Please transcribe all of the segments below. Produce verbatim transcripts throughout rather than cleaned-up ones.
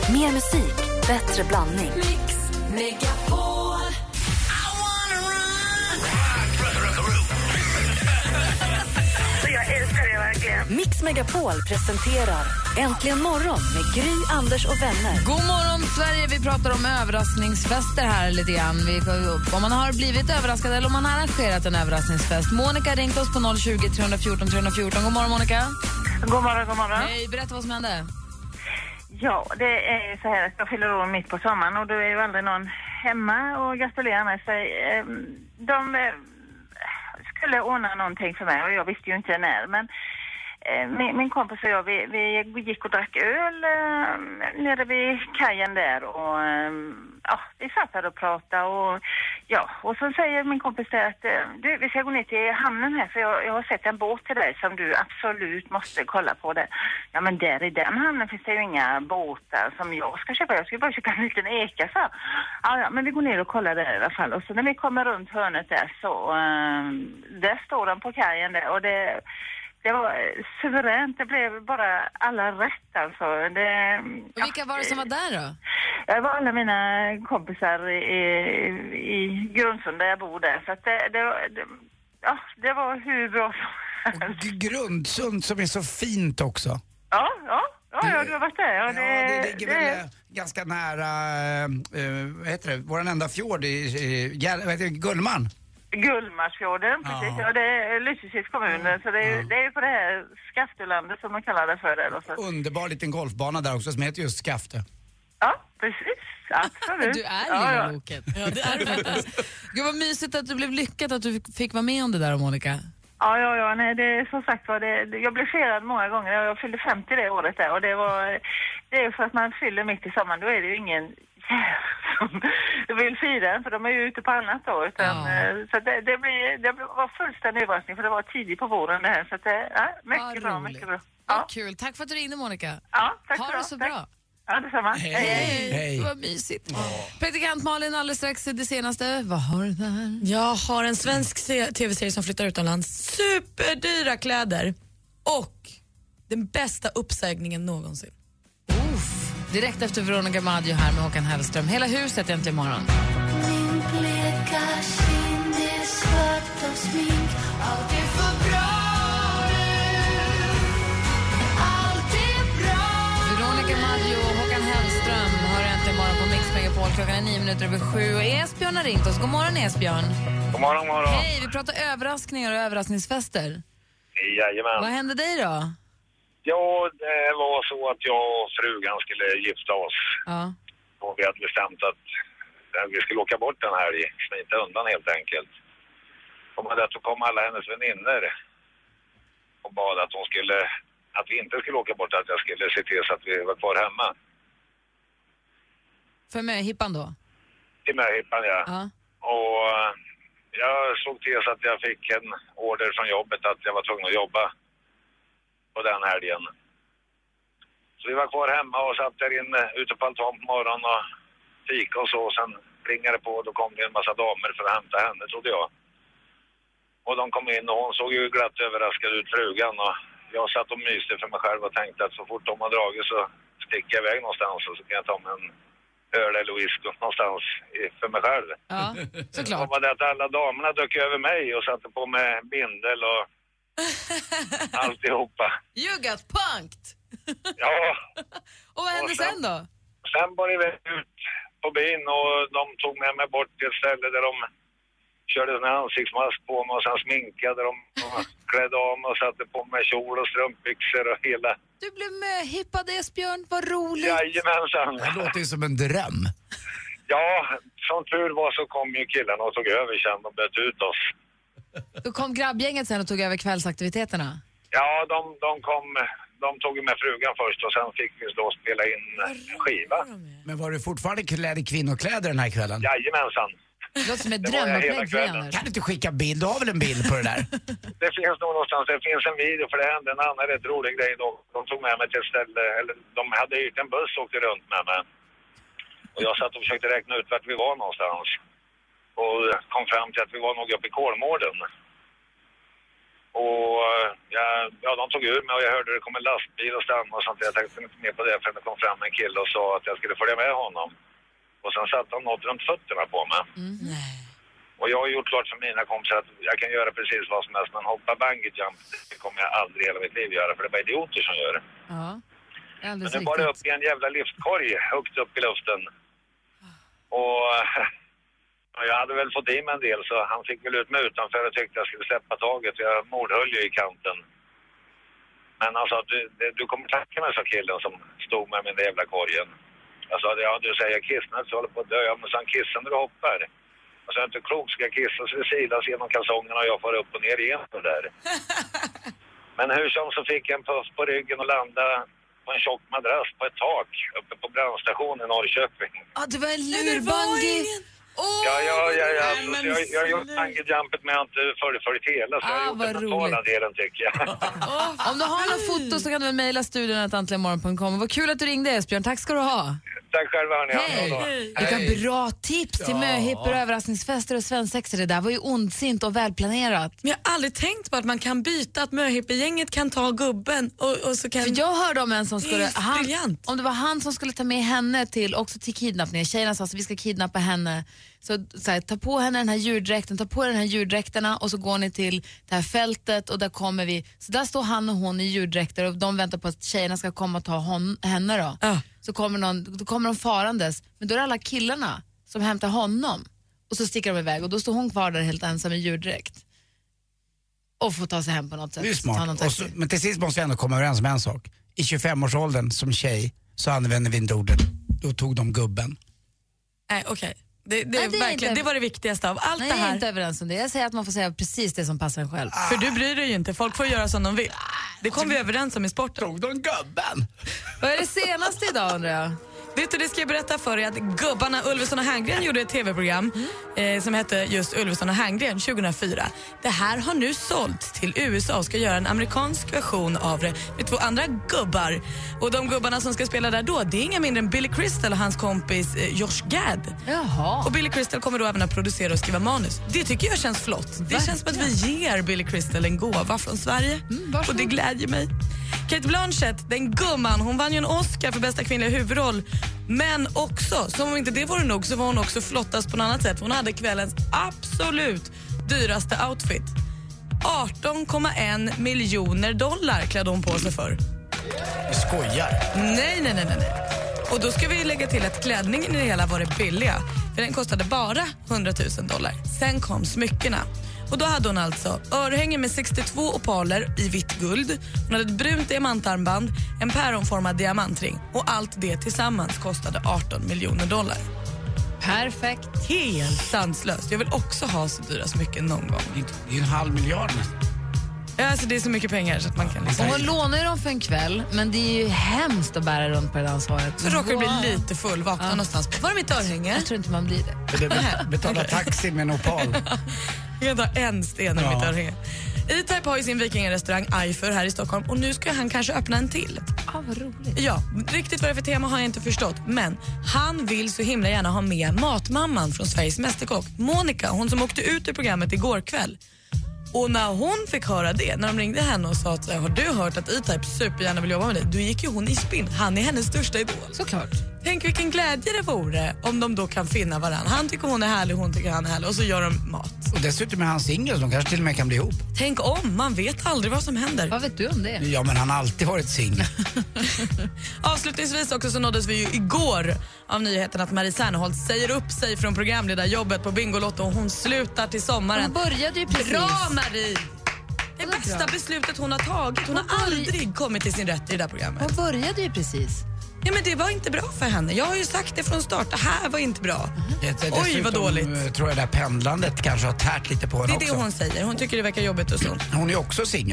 Mer musik, bättre blandning. Mix Megapol. I wanna run. Jag älskar det verkligen. Mix Megapol presenterar Äntligen morgon med Gry, Anders och vänner. God morgon Sverige, vi pratar om överraskningsfester här lite grann. Vi, om man har blivit överraskad eller om man har arrangerat en överraskningsfest. Monica har ringt oss på noll tjugo, tre fjorton, tre fjorton. God morgon Monica. God morgon, god morgon. Hej, berätta vad som hände. Ja, det är så här att jag fyller år mitt på sommaren och då är ju aldrig någon hemma och gratulerar med sig. De skulle ordna någonting för mig och jag visste ju inte när, men min, min kompis och jag, vi, vi gick och drack öl eh, nere vid kajen där och eh, ja, vi satt där och pratade och ja, och så säger min kompis där att eh, du, vi ska gå ner till hamnen här för jag, jag har sett en båt till dig som du absolut måste kolla på det. Ja, men där i den hamnen finns det ju inga båtar som jag ska köpa, jag ska bara köpa en liten eka så. Ja, ja, men vi går ner och kollar där i alla fall och så när vi kommer runt hörnet där så eh, där står de på kajen där och det Det var suveränt. Det blev bara alla rätt alltså. Det, och vilka var det som var där då? Det var alla mina kompisar i, i Grundsund där jag bor där. Så att det, det, det, ja, det var hur bra som helst. Grundsund som är så fint också. Ja, ja. Ja, ja, du har varit där. Ja, det, ja, det ligger det, väl det, ganska nära, äh, vad heter det, våran enda fjord i, i vad heter det, Gullmarn. Gullmarsfjorden, precis. Ja. Ja, det är Lysekils kommun, mm. så det är, ja. det är på det här Skaftelandet som man kallar det för. Det, så. Underbar liten golfbana där också som heter just Skafte. Ja, precis. Absolut. Du är ja, lilla ja. loket. Ja, det är du faktiskt. Gud vad mysigt att du blev lyckad att du fick vara med om det där, Monica. Ja, ja, ja. Nej, det är som sagt var det, jag blev firad många gånger. Jag fyllde femtio det året där och det var, det är för att man fyller mitt i sommaren, då är det ju ingen som vill fira för de är ju ute på annat då utan, ja. Så det, det, blir, det var fullständig överraskning för det var tidigt på våren det här så att det, ja, mycket ja, bra, mycket bra. Ja. Ja, kul. Tack för att du ringde, Monica. Ja, tack ha så det så tack. bra. Ja, detsamma. Hej, hej. Hej. Vad mysigt. Ja. Praktikant Malin, alldeles strax det senaste. Vad har du där? Jag har en svensk tv-serie som flyttar utomlands. Superdyra kläder och den bästa uppsägningen någonsin. Direkt efter Veronica Maggio här med Håkan Hellström. Hela huset är inte imorgon. Min bleka kind är svart och smink. Allt är för bra nu. Allt är bra. Veronica Maggio och Håkan Hellström har äntligen imorgon på Mix Megapol. Klockan är nio minuter över sju och Esbjörn har ringt oss. God morgon Esbjörn. God morgon, god morgon. Hej, vi pratar överraskningar och överraskningsfester. Jajamän. Vad hände dig då? Ja, det var så att jag och frugan skulle gifta oss. Ja. Och vi hade bestämt att vi skulle åka bort den här, smita undan helt enkelt. Och med det så kom alla hennes vänner och bad att hon skulle, att vi inte skulle åka bort, att jag skulle se till så att vi var kvar hemma. För mig, hippan då? Till mig, hippan, ja. Ja. Och jag såg till så att jag fick en order från jobbet att jag var tvungen att jobba på den helgen. Så vi var kvar hemma och satt där inne ute på altan på morgonen och fika och så. Och sen plingade på och då kom det en massa damer för att hämta henne, trodde jag. Och de kom in och hon såg ju glatt överraskad ut, frugan. Och jag satt och myste för mig själv och tänkte att så fort de har dragit så sticker jag iväg någonstans och så kan jag ta mig en öl eller whisky någonstans för mig själv. Ja, såklart. Och var det att alla damerna dök över mig och satte på mig bindel och alltihopa. You got punked! Ja. Och vad hände och sen, sen då? Sen var det ut på byn och de tog med mig bort till ett ställe där de körde en ansiktsmask på mig och sen sminkade de och klädde av mig och satte på mig kjol och strumpbyxor och hela. Du blev med hippad Esbjörn, vad roligt! Jajamensan. Det låter ju som en dröm. Ja, som tur var så kom ju killarna och tog över sen och böt ut oss. Då kom grabbgänget sen och tog över kvällsaktiviteterna? Ja, de, de kom, de tog med frugan först och sen fick vi då spela in en skiva. Men var du fortfarande klädd i kvinnokläder den här kvällen? Jajamensan. Det låter som ett Det var jag hela drömupplägg för kvällen. Anders. Kan du inte skicka bild? Du har väl en bild på det där? Det finns nog någonstans, det finns en video för det hände en annan rätt rolig grej då. De tog med mig till ett ställe, eller de hade hyrt en buss och åkte runt med mig. Och jag satt och försökte räkna ut vart vi var någonstans. Och kom fram till att vi var nog uppe i Kolmården. Och ja, ja, de tog ur mig och jag hörde det kom en lastbil och stanna och sånt. Jag tänkte inte mer på det förrän det kom fram en kille och sa att jag skulle följa med honom. Och sen satte han något runt fötterna på mig. Mm. Och jag har gjort klart för mina kompisar att jag kan göra precis vad som helst. Men hoppa bungee jump, det kommer jag aldrig i hela mitt liv göra. För det är bara idioter som gör det. Ja, men nu var det upp i en jävla liftkorg högt upp i luften. Och jag hade väl fått i mig en del så han fick väl ut mig utanför och tyckte jag skulle släppa taget. Jag mordhöll ju i kanten. Men han sa att du, du kommer tacka mig, sa killen som stod med min jävla korgen. Jag sa, ja du säger jag kissnar så håller på att dö. Ja, men så han kissar när du hoppar. Alltså jag är inte klok, ska jag kissa så det silas genom kalsongerna och jag får upp och ner igen och där. Men hur som så fick jag en puff på ryggen och landa på en tjock madrass på ett tak uppe på brandstationen i Norrköping. Ja, det var en lurbungee. Oh, ja, ja, ja, ja. Nej, jag, jag har gjort bungee-jumpet men jag har inte fullföljt hela så ah, jag har gjort den mentala delen tycker jag. Oh, om du har några foto så kan du väl mejla studion at antligen morgon punkt com. Vad kul att du ringde Esbjörn, tack ska du ha. Tack själva hörni. Hej. Vilka bra tips till ja. möhippor, överraskningsfester och svensexer. Det där var ju ondsint och välplanerat. Men jag har aldrig tänkt på att man kan byta, att möhippegänget kan ta gubben och, och så kan... För jag hörde om en som skulle... Han, om det var han som skulle ta med henne till, också till kidnappning. Tjejerna sa att vi ska kidnappa henne. Så, så här, ta på henne den här djurdräkten, ta på den här djurdräkterna och så går ni till det här fältet och där kommer vi. Så där står han och hon i djurdräkter och de väntar på att tjejerna ska komma och ta hon, henne då. Uh. Så kommer, någon, då kommer de farandes. Men då är det alla killarna som hämtar honom och så sticker de iväg och då står hon kvar där helt ensam i djurdräkt. Och får ta sig hem på något sätt. Det är smart. Och så, men till sist måste vi ändå komma överens om en sak. I tjugofemårsåldern som tjej så använder vi inte ordet. Då tog de gubben. Nej, okej. Okay. Det, det, Nej, det, verkligen, inte... det var det viktigaste av allt Nej, det här. Jag är inte överens om det. Jag säger att man får säga precis det som passar en själv. Ah. För du bryr dig ju inte. Folk får göra som de vill. Det kom vi överens om i sporten. Tog de gubben? Vad är det senaste idag undrar jag? Vet du, det ska jag berätta för er att gubbarna Ulveson och Herngren gjorde ett tv-program mm. eh, som hette just Ulveson och Herngren tjugohundrafyra. Det här har nu sålts till U S A och ska göra en amerikansk version av det med två andra gubbar. Och de gubbarna som ska spela där då, det är inga mindre än Billy Crystal och hans kompis eh, Josh Gad. Jaha. Och Billy Crystal kommer då även att producera och skriva manus. Det tycker jag känns flott. Det Verkligen. Känns som att vi ger Billy Crystal en gåva från Sverige. Mm, och det glädjer mig. Cate Blanchett, den gumman, hon vann ju en Oscar för bästa kvinnliga huvudroll. Men också, som om inte det vore nog, så var hon också flottast på något annat sätt. Hon hade kvällens absolut dyraste outfit. arton komma en miljoner dollar klädde hon på sig för. Du skojar? Nej, nej, nej, nej. Och då ska vi lägga till att klädningen i det hela var det billiga. För den kostade bara hundratusen dollar. Sen kom smyckena. Och då hade hon alltså örhänge med sextiotvå opaler i vitt guld. Hon hade ett brunt diamantarmband, en päronformad diamantring. Och allt det tillsammans kostade arton miljoner dollar. Perfekt. Helt sanslöst. Jag vill också ha så dyra smycken någon gång. Det är ju en halv miljard nästan. Ja, alltså det är så mycket pengar så att man kan... Liksom... Och hon lånar ju dem för en kväll, men det är ju hemskt att bära runt på det ansvaret. Så råkar du bli lite full, vakna ja. någonstans. Var är mitt örhänge? Jag tror inte man blir det. det betala taxi med en opal. Jag kan ta en sten i ja. mitt örhänge. E-Type har ju sin vikingarestaurang Eifer här i Stockholm och nu ska han kanske öppna en till. Ah, vad roligt. Ja, riktigt vad det är för tema har jag inte förstått. Men han vill så himla gärna ha med matmamman från Sveriges Mästerkock, Monica, hon som åkte ut ur programmet igår kväll. Och när hon fick höra det, när de ringde henne och sa att har du hört att E-Type supergärna vill jobba med dig, då gick ju hon i spinn. Han är hennes största idol. Såklart. Tänk vilken glädje det vore om de då kan finna varandra. Han tycker hon är härlig, hon tycker han är härlig och så gör de mat. Och dessutom är han singel så de kanske till och med kan bli ihop. Tänk om, man vet aldrig vad som händer. Vad vet du om det? Ja, men han har alltid varit singel. Avslutningsvis också så nåddes vi ju igår av nyheten att Marie Serneholt säger upp sig från programledarjobbet på Bingolotto och hon slutar till sommaren. Hon började ju precis. Bra Marie! Det bästa bra. beslutet hon har tagit. Hon, hon har börj- aldrig kommit till sin rätt i det där programmet. Hon började ju precis. Ja, men det var inte bra för henne. Jag har ju sagt det från start. Det här var inte bra. Mm. Det, Oj, vad dåligt. Tror jag det här pendlandet kanske har tärt lite på henne också. Det är det hon säger. Hon tycker det verkar jobbigt och så. Hon är också singel.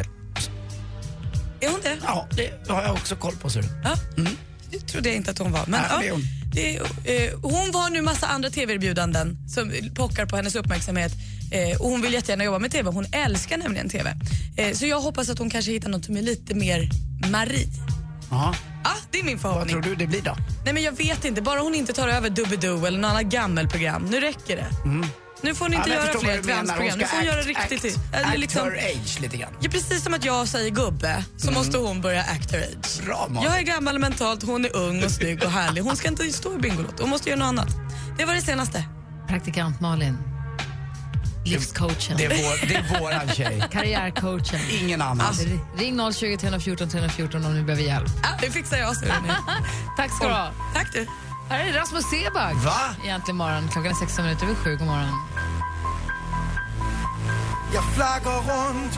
Är hon det? Ja, det har jag också koll på. Så. Ja, mm. det trodde jag inte att hon var. Men, ja, det är hon. Det, eh, hon var nu massa andra tv-erbjudanden som pockar på hennes uppmärksamhet. Eh, och hon vill jättegärna jobba med tv. Hon älskar nämligen tv. Eh, så jag hoppas att hon kanske hittar något som är lite mer Marie. Aha. Ja, det är min förhoppning. Vad tror du det blir då? Nej, men jag vet inte. Bara hon inte tar över Doobidoo eller något annat gammelprogram. Nu räcker det. Mm. Nu får ni inte Ja, göra fler dansprogram. Nu får hon göra riktigt. Act, Eller act liksom, her age lite grann. ja, precis som att jag säger gubbe så mm. måste hon börja act her age. Bra, Malin. Jag är gammal mentalt, hon är ung och snygg och härlig. Hon ska inte stå i Bingolotto, hon måste göra något annat. Det var det senaste. Praktikant Malin. Livscoachen. Det är, vår, det är våran tjej. Karriärcoachen. Ingen annan. Alltså, ring noll tjugo, tre fjorton, tre fjorton om ni behöver hjälp. Ja, det fixar jag. Så Tack ska du ha. Tack du. Här är Rasmus Sebag. Va? Egentligen morgon. Klockan är sexton minuter över sju. God morgon. Jag flaggar runt.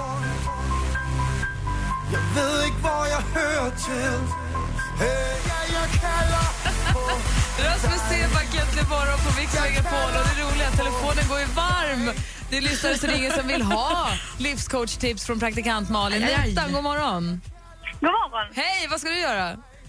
Jag vet inte vad jag hör till. Hey, jag kallar Rasmus Sebag egentligen morgon på Mix Megapol. Och det roliga, telefonen går ju varm. Det är lyssnare som ringer som vill ha livscoach-tips från praktikant Malin. Nettan, god morgon. God morgon. Hej, vad ska du göra?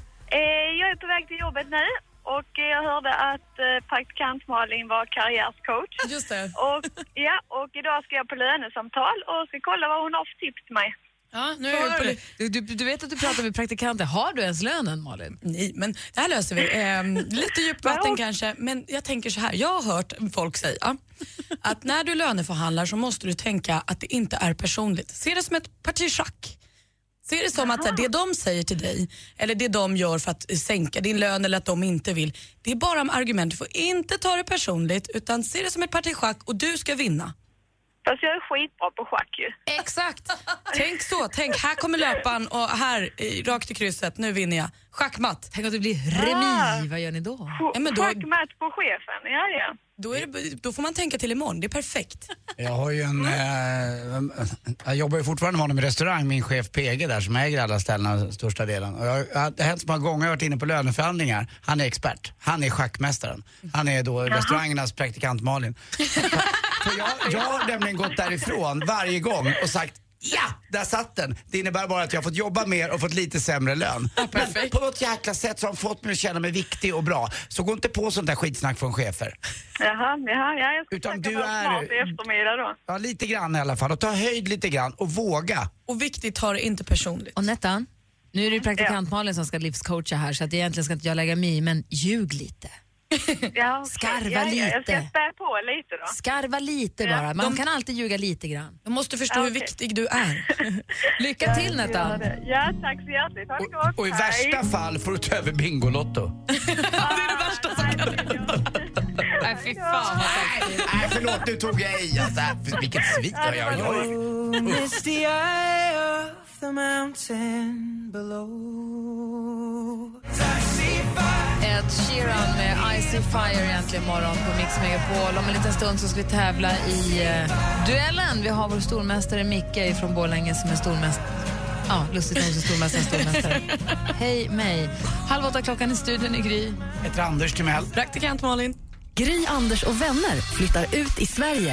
Eh, jag är på väg till jobbet nu och jag hörde att eh, praktikant Malin var karriärscoach. Just det. Och, ja, och idag ska jag på lönesamtal och ska kolla vad hon har för tips till mig. Ja, nu är du, du, du, du vet att du pratar med praktikanter. Har du ens lönen, Malin? Nej, men det här löser vi. Eh, lite djupt vatten kanske, men jag tänker så här. Jag har hört folk säga att när du löneförhandlar så måste du tänka att det inte är personligt. Se det som ett parti schack. Se det som att så här, det de säger till dig eller det de gör för att sänka din lön eller att de inte vill, det är bara en argument. Du får inte ta det personligt utan se det som ett parti schack och du ska vinna. Fast jag är skitbra på schack ju. Exakt. Tänk så. Tänk, här kommer löpan och här rakt i krysset. Nu vinner jag. Schackmatt. Tänk att det blir remis. Vad gör ni då? Ja, men då Schackmatt på chefen, ja ja. Då, är det, då får man tänka till imorgon. Det är perfekt. Jag har ju en... Eh, jag jobbar ju fortfarande med honom i restaurang, min chef P G där som äger alla ställena största delen. Och jag, det har hänt så många gånger jag har varit inne på löneförhandlingar. Han är expert. Han är schackmästaren. Han är då restaurangernas praktikant Malin. För jag, jag har nämligen gått därifrån varje gång och sagt ja, där satt den. Det innebär bara att jag har fått jobba mer och fått lite sämre lön. Ja, men på något jäkla sätt så har de fått mig att känna mig viktig och bra. Så gå inte på sånt där skitsnack från chefer. Jaha, jaha, ja, jag ska utan du är är i eftermiddag då. Ja, lite grann i alla fall. Och ta höjd lite grann och våga. Och viktigt, ta det inte personligt. Och Nettan, nu är det ju praktikant ja. Malin som ska livscoacha här så att egentligen ska inte jag lägga mig i, men ljug lite. Ja, okay. Skarva ja, lite. Ja, jag ska spä på lite då. Skarva lite ja. bara. Man De... kan alltid ljuga lite grann. Jag måste förstå ja, hur okay. viktig du är. Lycka till, Nettan. Ja, tack så hjärtligt. Ha det gott. Och, och i Hej. värsta fall får du ta över Bingolotto. Det är det värsta som kan hända. Nej, fy fan. Nej, nej, förlåt, nu tog jag i. Alltså, vilket svin jag gör. Jag Miss the eye of the mountain below. Ed Sheeran med Icy Fire egentligen morgon på Mix Megapol. Om en liten stund så ska vi tävla i uh, duellen. Vi har vår stormästare Micke från Borlänge som är stormästare. Ja, lustigt nog så stormästare, stormästare. Hej mig. Halv åtta klockan i studion i Gry. heter Anders Timell. Praktikant Malin. Gry, Anders och vänner flyttar ut i Sverige.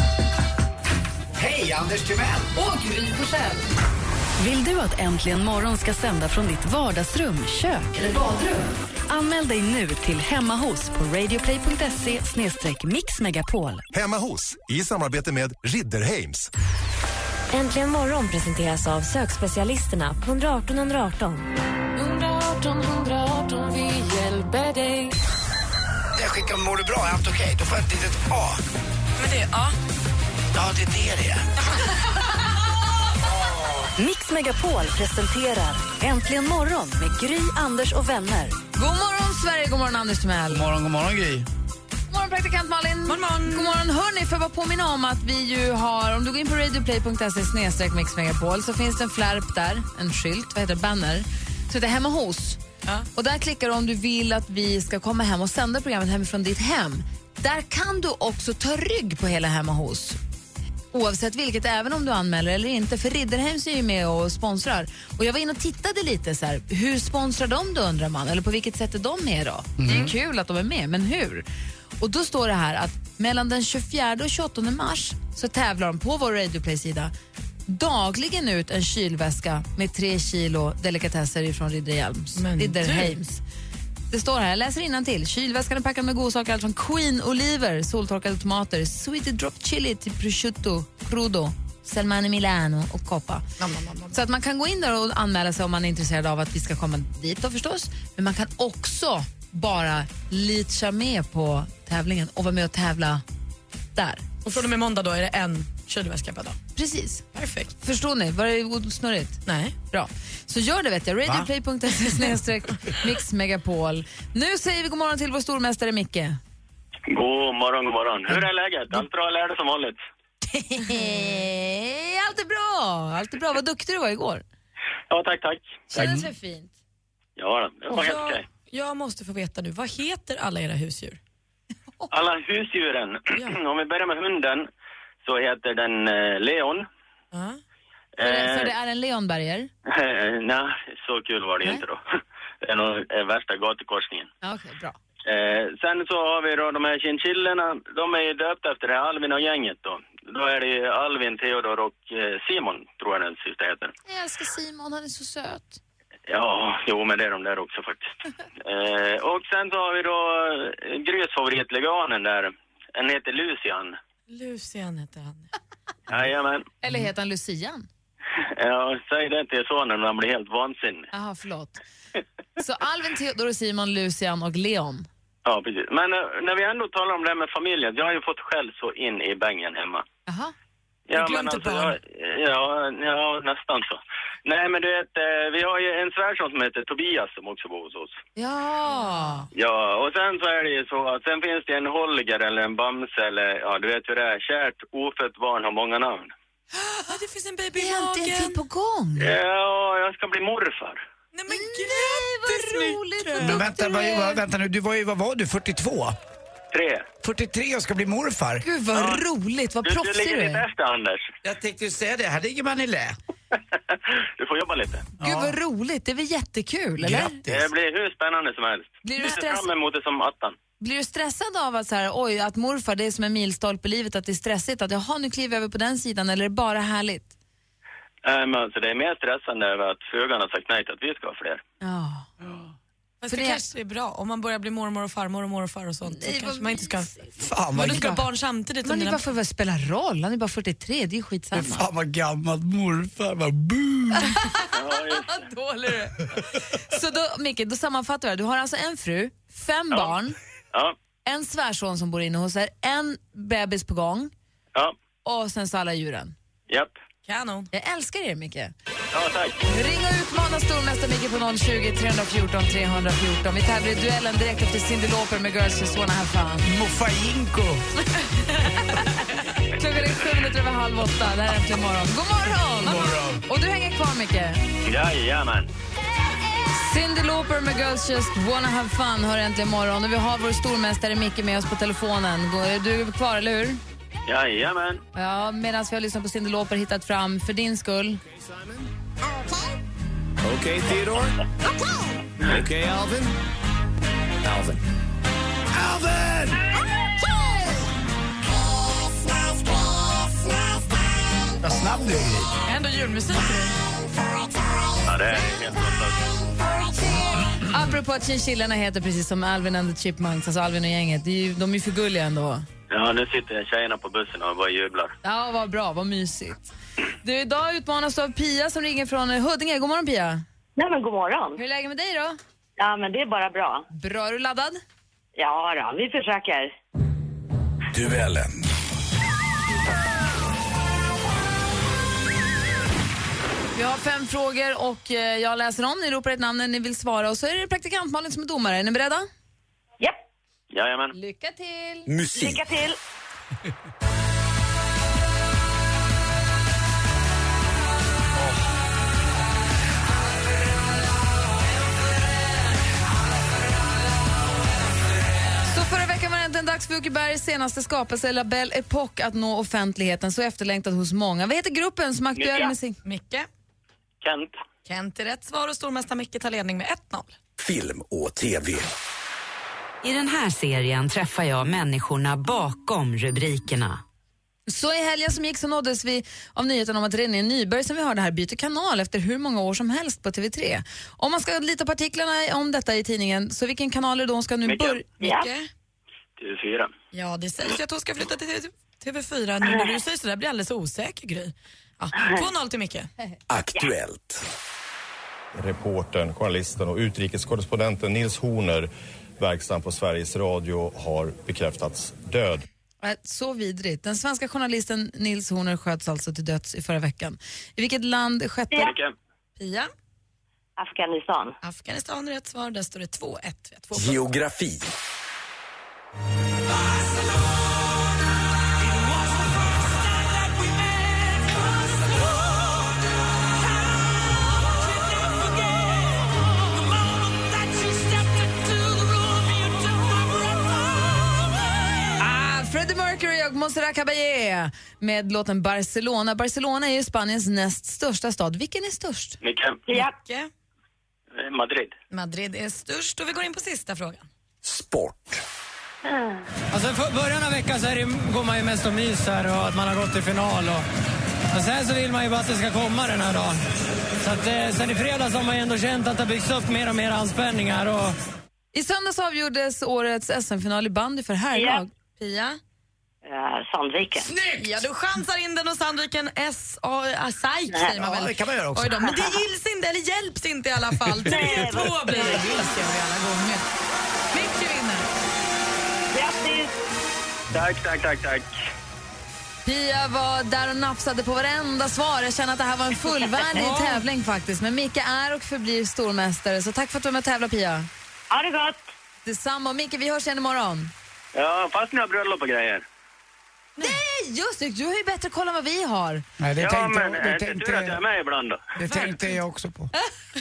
Hej, Anders Timell. Och Gry Forssell. Vill du att Äntligen morgon ska sända från ditt vardagsrum, kök eller badrum? Anmäl dig nu till Hemma hos på radioplay punkt se slash mixmegapol. Hemma hos, i samarbete med Ridderheims. Äntligen morgon presenteras av sökspecialisterna på ett ett åtta ett ett åtta. ett ett åtta ett ett åtta, vi hjälper dig. Jag skickar mår du bra, är allt okej? Okay? Då får jag ett litet A. Men det är A. Ja, det är det det är. Mix Megapol presenterar Äntligen morgon med Gry, Anders och vänner. God morgon Sverige, god morgon Anders Timell. God morgon, god morgon Gry. God morgon praktikant Malin. God morgon. God morgon. Hörni, för att bara påminna om att vi ju har, om du går in på radioplay punkt se slash mixmegapol så finns det en flärp där, en skylt, vad heter det, banner, så heter Hemma hos. Ja. Och där klickar du om du vill att vi ska komma hem och sända programmet hemifrån ditt hem. Där kan du också ta rygg på hela Hemma hos. Oavsett vilket, även om du anmäler eller inte. För Ridderheims är ju med och sponsrar. Och jag var inne och tittade lite så här. Hur sponsrar de då, undrar man? Eller på vilket sätt är de med då? Mm. Det är ju kul att de är med, men hur? Och då står det här att mellan den tjugofjärde och tjugoåttonde mars så tävlar de på vår radioplay-sida dagligen ut en kylväska med tre kilo delikatesser ifrån Ridderheims. Ridderheims. Det står här, jag läser innantill. Kylväskan är packad med godsaker, allt från Queen-oliver, soltorkade tomater, sweet drop chili till prosciutto, crudo, salmone Milano och coppa. Mm, mm, mm. Så att man kan gå in där och anmäla sig om man är intresserad av att vi ska komma dit då förstås. Men man kan också bara litcha med på tävlingen och vara med och tävla där. Och från och med måndag då är det en kylväska per dag. Precis. Perfekt. Förstår ni? Var det snurrigt? Nej. Bra. Så gör det vet jag. radioplay punkt se snedstreck Mix Megapol. Nu säger vi god morgon till vår stormästare Micke. God morgon, god morgon. Hur är läget? Allt bra, lärde som vanligt? Allt är bra. Allt är bra. Vad duktig du var igår. Ja, tack, tack. Kändes det fint? Ja, det var helt jag, okej. jag måste få veta nu, vad heter alla era husdjur? Alla husdjuren. Ja. Om vi börjar med hunden så heter den eh, Leon. Ja. För, det, Eh, för det är en leonberger? eh, nej, så kul var det Nej. inte då. Det är nog eh, värsta gatukorsningen. Ja, okej, bra. Eh, sen så har vi då de här chinchillorna. De är ju döpta efter det här Alvin och gänget då. Då är det ju Alvin, Theodor och eh, Simon, tror jag den sista heter. Jag älskar Simon, han är så söt. Ja, jo men det är de där också faktiskt. eh, och sen så har vi då eh, Grys favorit leganen där. Den heter Lucian. Lucian heter han. Jajamän. Eller heter han Lucian? Ja, säg det till sonen när han blir helt vansinnig. Jaha, förlåt. Så Alvin, Theodor, Simon, Lucian och Leon. Ja, precis. Men uh, när vi ändå talar om det här med familjen, jag har ju fått själv så in i bängen hemma. Jaha. Ja, Du glömde alltså, barn. jag, ja, ja, nästan så. Nej, men du vet, eh, vi har ju en svärson som heter Tobias som också bor hos oss. Ja. Ja, och sen så är det ju så att sen finns det en Holger eller en Bamse eller, ja, du vet hur det är. Kärt ofött barn har många namn. Ah, det finns en baby i Det är inte en magen. till på gång. Ja, jag ska bli morfar. Nej men Nej, vad roligt. Vad Men duktig vänta, du vad, är. vad, vänta nu, du var ju, vad var du, fyrtiotvå? Tre. fyrtiotre och ska bli morfar? Gud vad Ja. roligt, vad Du, du proffsig ligger du lite är. efter, Anders. Jag tänkte ju säga det, här ligger man i lä. Du får jobba lite. Gud vad roligt, det är väl jättekul, eller? Grattis. Det blir hur spännande som helst. Blir du Jag ser stress- fram emot det som attan. Blir du stressad av att så här, oj, att morfar det är som en milstolpe i livet, att det är stressigt, att jaha, nu kliver jag över på den sidan, eller är det bara härligt? Äh, men alltså, det är mer stressande över att frugan har sagt nej till att vi ska ha fler. Ja. Fast För det det- kanske är bra om man börjar bli mormor och farmor och morfar och sånt. Nej, Så kanske vad man inte ska... Fan Men vad, du ska ha barn samtidigt. Men som det är dina... bara för att spela roll, han är bara fyrtiotre, det är ju skitsamma. fan vad gammalt morfar var. Boom! Vad dålig du är. Så då, Micke, då sammanfattar jag. Du har alltså en fru, fem Ja. barn, Ja, en svärson som bor inne hos er, en bebis på gång ja, och sen så alla djuren. japp. Kanon. Jag älskar er, Micke. Ja, tack. Ring och utmana stormästare Micke på noll tjugo, tre fjorton, tre fjorton. Vi tävlar i duellen direkt efter Cyndi Lauper med Girls Just Wanna Have Fun. Moffainko! Klockan är sju minuter över halv åtta. Det här är Äntligen morgon. God morgon! God morgon. Och du hänger kvar, Micke. Jajamän. Cyndi Lauper med Girls Just Wanna Have Fun hör Äntligen morgon. Och vi har vår stormästare Micke med oss på telefonen. Går- Är du kvar, eller hur? Jajamän. Ja, medan vi har lyssnat på Cyndi Lauper hittat fram för din skull. Okay, Theodore? Okay. Okay, Alvin? Alvin. Alvin! Vad snabb du är. Ändå julmusik. Ja, det är helt fantastiskt. Apropå att chinchillorna heter precis som Alvin and the Chipmunks, alltså Alvin och gänget. Det är ju, de är ju för gulliga ändå. Ja, nu sitter tjejerna på bussen och bara jublar. Ja, vad bra, vad mysigt. Du, idag utmanas du av Pia som ringer från Huddinge. God morgon, Pia. Nej, men god morgon. Hur är läget med dig då? Ja, men det är bara bra. Bra, är du laddad? Ja, då, vi försöker. Duellen. Vi har fem frågor och eh, jag läser om. Ni ropar ett namn när ni vill svara och så är det praktikant Malin som är domare. Är ni beredda? Japp. Jajamän. Lycka till! Musik. Lycka till. Så förra veckan var det äntligen dags för Jocke Bergs senaste skapelse, La Belle Époque, att nå offentligheten. Så efterlängtad hos många. Vad heter gruppen som är aktuell Micke. med sin... Micke. Kent. Kent är rätt svar och stormästare Micke tar ledning med ett noll. Film och tv. I den här serien träffar jag människorna bakom rubrikerna. Så i helgen som gick så nåddes vi av nyheten om att René Nyberg som vi hörde här byter kanal efter hur många år som helst på T V tre. Om man ska lita på artiklarna om detta i tidningen, så vilken kanal är det då hon ska nu Micke. börja? Micke. T V fyra. Ja, det sägs ju att hon ska flytta till T V fyra. Nu när du säger så där blir jag alldeles osäker, Gry. Ja, två noll till Micke. Aktuellt. Reportern, journalisten och utrikeskorrespondenten Nils Horner, verksam på Sveriges Radio, har bekräftats död. Äh, så vidrigt. Den svenska journalisten Nils Horner sköts alltså till döds i förra veckan. I vilket land skötte... Pia. Pia? Afghanistan. Afghanistan är rätt svar. Där står det två ett. Geografi. Freddie Mercury och Montserrat Caballé med låten Barcelona. Barcelona är ju Spaniens näst största stad. Vilken är störst? Micke. Ja. Micke. Madrid. Madrid är störst och vi går in på sista frågan. Sport. Mm. Alltså för början av veckan så är det, går man ju mest och myser och att man har gått till final och, och sen så vill man ju bara att det ska komma den här dagen. Så att eh, sen i fredags har man ju ändå känt att det byggs upp mer och mer anspänningar och... I söndags avgjordes årets S M-final i bandy för herrlag. Pia? Uh, Sandviken. Snyggt! Ja, du chansar in den och Sandviken S A Saik säger man väl. Ja, det kan man göra också. Oj då, men det gills inte, eller hjälps inte i alla fall. tre två blir det. Gills gör vi alla gånger. Micke vinner. Grattis! Tack, tack, tack, tack. Pia var där och nafsade på varenda svar. Jag känner att det här var en fullvärdig tävling faktiskt. Men Micke är och förblir stormästare. Så tack för att du var med och tävla, Pia. Ha det gott! Detsamma. Micke, vi hörs igen imorgon. Ja, fast ni har bröllop och grejer. Nej, just det. Du har ju bättre koll än vad vi har. Nej, det ja, tänkte, men det är tänkte, inte tur att jag är med ibland då? Det tänkte jag också på.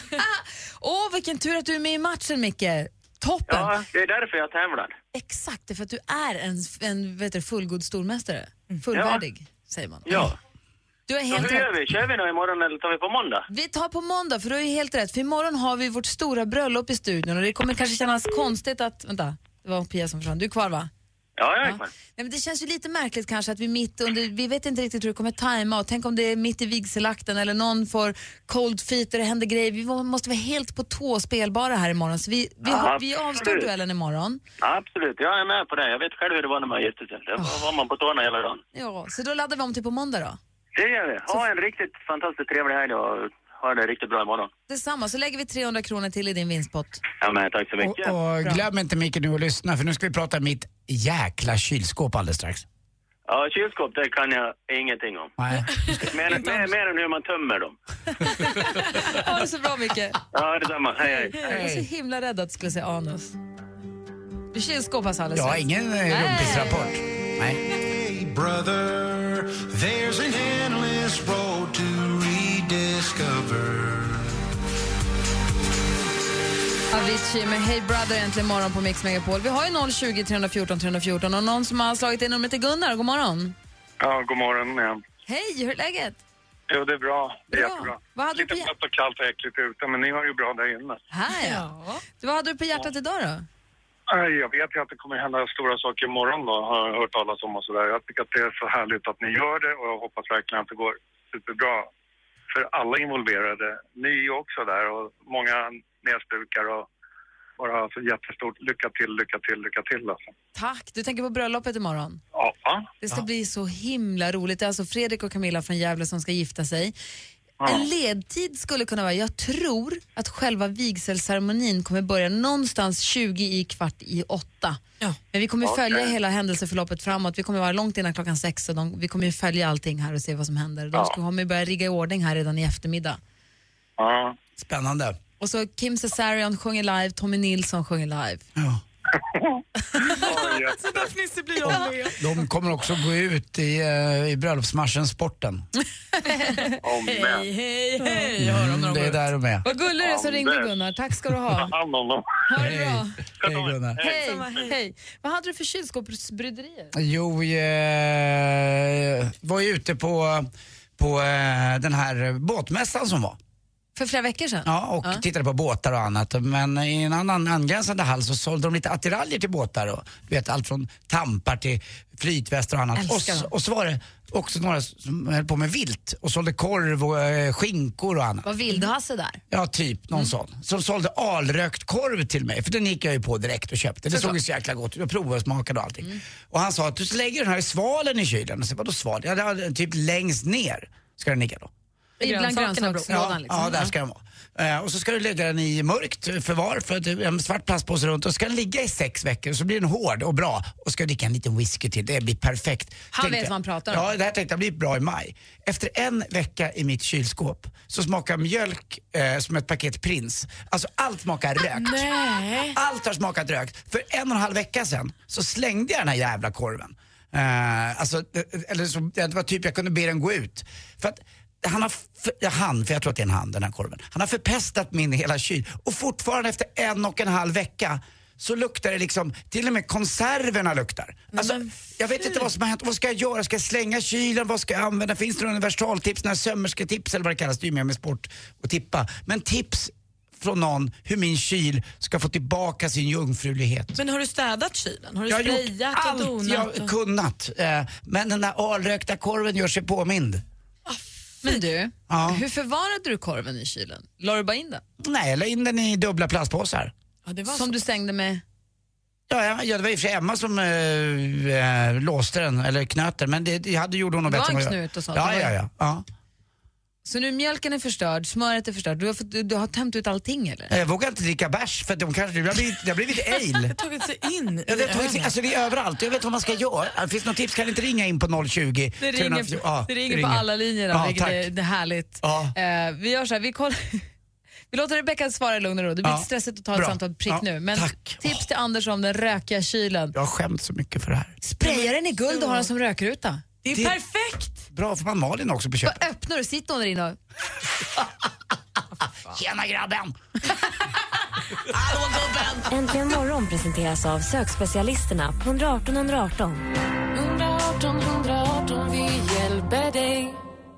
Åh, vilken tur att du är med i matchen, Micke. Toppen. Ja, det är därför jag tävlar. Exakt, det är för att du är en, en vet du, fullgod stormästare. Fullvärdig, ja. Säger man. Ja. Du är helt hur rätt. gör vi? Kör vi nu imorgon eller tar vi på måndag? Vi tar på måndag, för du är ju helt rätt. För imorgon har vi vårt stora bröllop i studion och det kommer kanske kännas konstigt att... Vänta, det var Pia som försvann. Du är kvar, va? Ja, jag är ja. kvar. Nej, men det känns ju lite märkligt kanske att vi mitt under... Vi vet inte riktigt hur det kommer tajma och tänk om det är mitt i vigselakten eller någon får cold feet och det händer grejer. Vi måste vara helt på tå spelbara här imorgon. Så vi, vi, ja, vi avstår duellen imorgon. Absolut, jag är med på det. Jag vet själv hur det var när man gifte sig. Det var, var man på tårna hela dagen. Ja, så då laddar vi om till på måndag då. Det gör vi. Ha en riktigt fantastiskt trevlig helg och ha det riktigt bra imorgon. Detsamma, så lägger vi trehundra kronor till i din vinstpott. Ja, men tack så mycket. Och, och glöm inte Micke nu att lyssna, för nu ska vi prata om mitt jäkla kylskåp alldeles strax. Ja, kylskåp, det kan jag ingenting om. Nej. mer, mer, mer än hur man tömmer dem. Ha det så bra, Micke. Ja, detsamma. Hej, hej. Jag är så himla rädd att du skulle säga anus. Du kylskåp alltså alldeles Ja, rätt. ingen eh, rumpisrapport. Nej. Brother, there's an endless road to rediscover. Avicii med Hey Brother äntligen morgon på Mix Megapol. Vi har ju noll tjugo, tre fjorton, tre fjorton och någon som har slagit in numret till Gunnar. God morgon. Ja, god morgon igen. Hej, hur är läget? Jo, det är bra. Det är bra. jättebra. Vad hade Lite du på... blött och kallt och äckligt ute, men ni har ju bra där inne. Här ja. Du, vad hade du på hjärtat ja. idag då? Jag vet ju att det kommer hända stora saker imorgon då, har jag hört talas om och sådär. Jag tycker att det är så härligt att ni gör det och jag hoppas verkligen att det går superbra för alla involverade. Ni också där och många näsdukar och bara så jättestort lycka till, lycka till, lycka till alltså. Tack, du tänker på bröllopet imorgon? Ja. Det ska ja. bli så himla roligt. Det är alltså Fredrik och Camilla från Gävle som ska gifta sig. Ja. En ledtid skulle kunna vara, jag tror att själva vigselceremonin kommer börja någonstans tjugo i kvart i åtta. Ja. Men vi kommer okay. följa hela händelseförloppet framåt. Vi kommer vara långt innan klockan sex och de, vi kommer ju följa allting här och se vad som händer. De ska ja. börja rigga i ordning här redan i eftermiddag. Ja. Spännande. Och så Kim Cesarion sjunger live, Tommy Nilsson sjunger live. Ja. Så där fnissig blir jag med. De kommer också gå ut i, uh, i bröllopsmarschen Sporten. Oh, hej, hej, hej. Mm, det är där de är. Vad gullig det så ringde Gunnar. Tack ska du ha. Ha det bra. Hej Gunnar. Hej. Hej. Hej. Vad hade du för kylskåpsbryderier? Jo, jag var ju ute på, på den här båtmässan som var. För flera veckor sedan? Ja, och ja. tittade på båtar och annat. Men i en annan angränsande hall så sålde de lite attiraljer till båtar. Och, vet, allt från tampar till flytvästar och annat. Och så, och så var det också några som höll på med vilt och sålde korv och eh, skinkor och annat. Var Vildhasse där? Ja, typ någon mm. sån. Som sålde alrökt korv till mig. För den gick jag ju på direkt och köpte. Det så såg ju så jäkla gott ut. Jag provade och smakade och allting. Mm. Och han sa att du lägger den här i svalen i kylen. Och så, vadå sval? Ja, det var typ längst ner ska den ligga då. Ibland grönsakslådan liksom. Ja, där ska den vara. Uh, och så ska du lägga den i mörkt förvar för att det är en svart plastpåse runt och ska den ligga i sex veckor så blir den hård och bra och ska dricka en liten whisky till, det blir perfekt. Han tänkte, vet vad han pratar om. Ja, det här tänkte jag blir bra i maj. Efter en vecka i mitt kylskåp så smakar mjölk eh, som ett paket Prins. Alltså allt smakar rökt. Nej. Allt har smakat rökt. För en och en halv vecka sedan så slängde jag den här jävla korven. Uh, alltså, eller så, det var typ jag kunde be den gå ut. För att han har, för, ja, han, för jag tror att det är en han den här korven. Han har förpestat min hela kyl. Och fortfarande efter en och en halv vecka så luktar det liksom, till och med konserverna luktar. Alltså, jag vet inte vad som har hänt. Vad ska jag göra? Ska jag slänga kylen? Vad ska jag använda? Finns det några universaltips, några sömmersketips eller vad det kallas? Det är ju mer med sport och tippa. Men tips från någon hur min kyl ska få tillbaka sin jungfrulighet. Men har du städat kylen? Har du jag sprayat har och gjort donat? allt jag och... kunnat. Men den där alrökta korven gör sig påmind. Men du, ja. hur förvarade du korven i kylen? La du bara in den? Nej, jag la in den i dubbla plastpåsar. Ja, det var som så. Du stängde med? Ja, ja, det var i och för sig Emma som äh, äh, låste den, eller knöt den, men det, det hade gjort hon nog bättre. Det var en knut och sånt? Ja, ja, ja, ja. Så nu mjölken är förstörd, smöret är förstört, du har, fått, du, du har tömt ut allting eller? Jag vågar inte dricka bärs för att de kanske, det har blivit, det har blivit ale. Det har tagit sig in. Ja, det har tagit sig, alltså det är överallt, jag vet vad man ska göra. Finns det något tips kan inte ringa in på noll tjugo. Det ringer, trehundrafjorton, ja, det ringer, det ringer på alla linjer, ja, vilket är, det är härligt. Ja. Uh, vi gör så här, vi kollar... Vi låter Rebecca svara i lugn och ro. Det blir ja. stressigt att ta ett Bra. samtal prick ja. nu. Men tack. tips till Anders om den rökiga kylen. Jag har skämt så mycket för det här. Spraya den i guld och ha den som rökruta. Det är det... perfekt! Bra, för man Malin också på köpet. Vad öppnar du? Sitter hon där inne och... Tjena grabben! Hallå gubben! Äntligen morgon presenteras av sökspecialisterna på ett ett åtta ett ett åtta. ett åtta ett åtta, vi hjälper dig.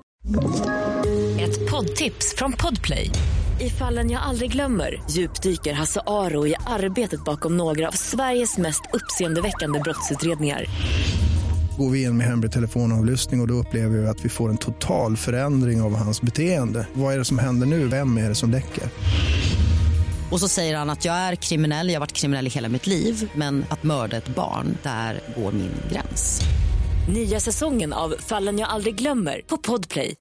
Ett poddtips från Podplay. I Fallen jag aldrig glömmer djupdyker Hasse Aro i arbetet bakom några av Sveriges mest uppseendeväckande brottsutredningar. Går vi in med hemlig telefonavlyssning och, och då upplever vi att vi får en total förändring av hans beteende. Vad är det som händer nu? Vem är det som läcker? Och så säger han att jag är kriminell, jag har varit kriminell i hela mitt liv. Men att mörda ett barn, där går min gräns. Nya säsongen av Fallen jag aldrig glömmer på Podplay.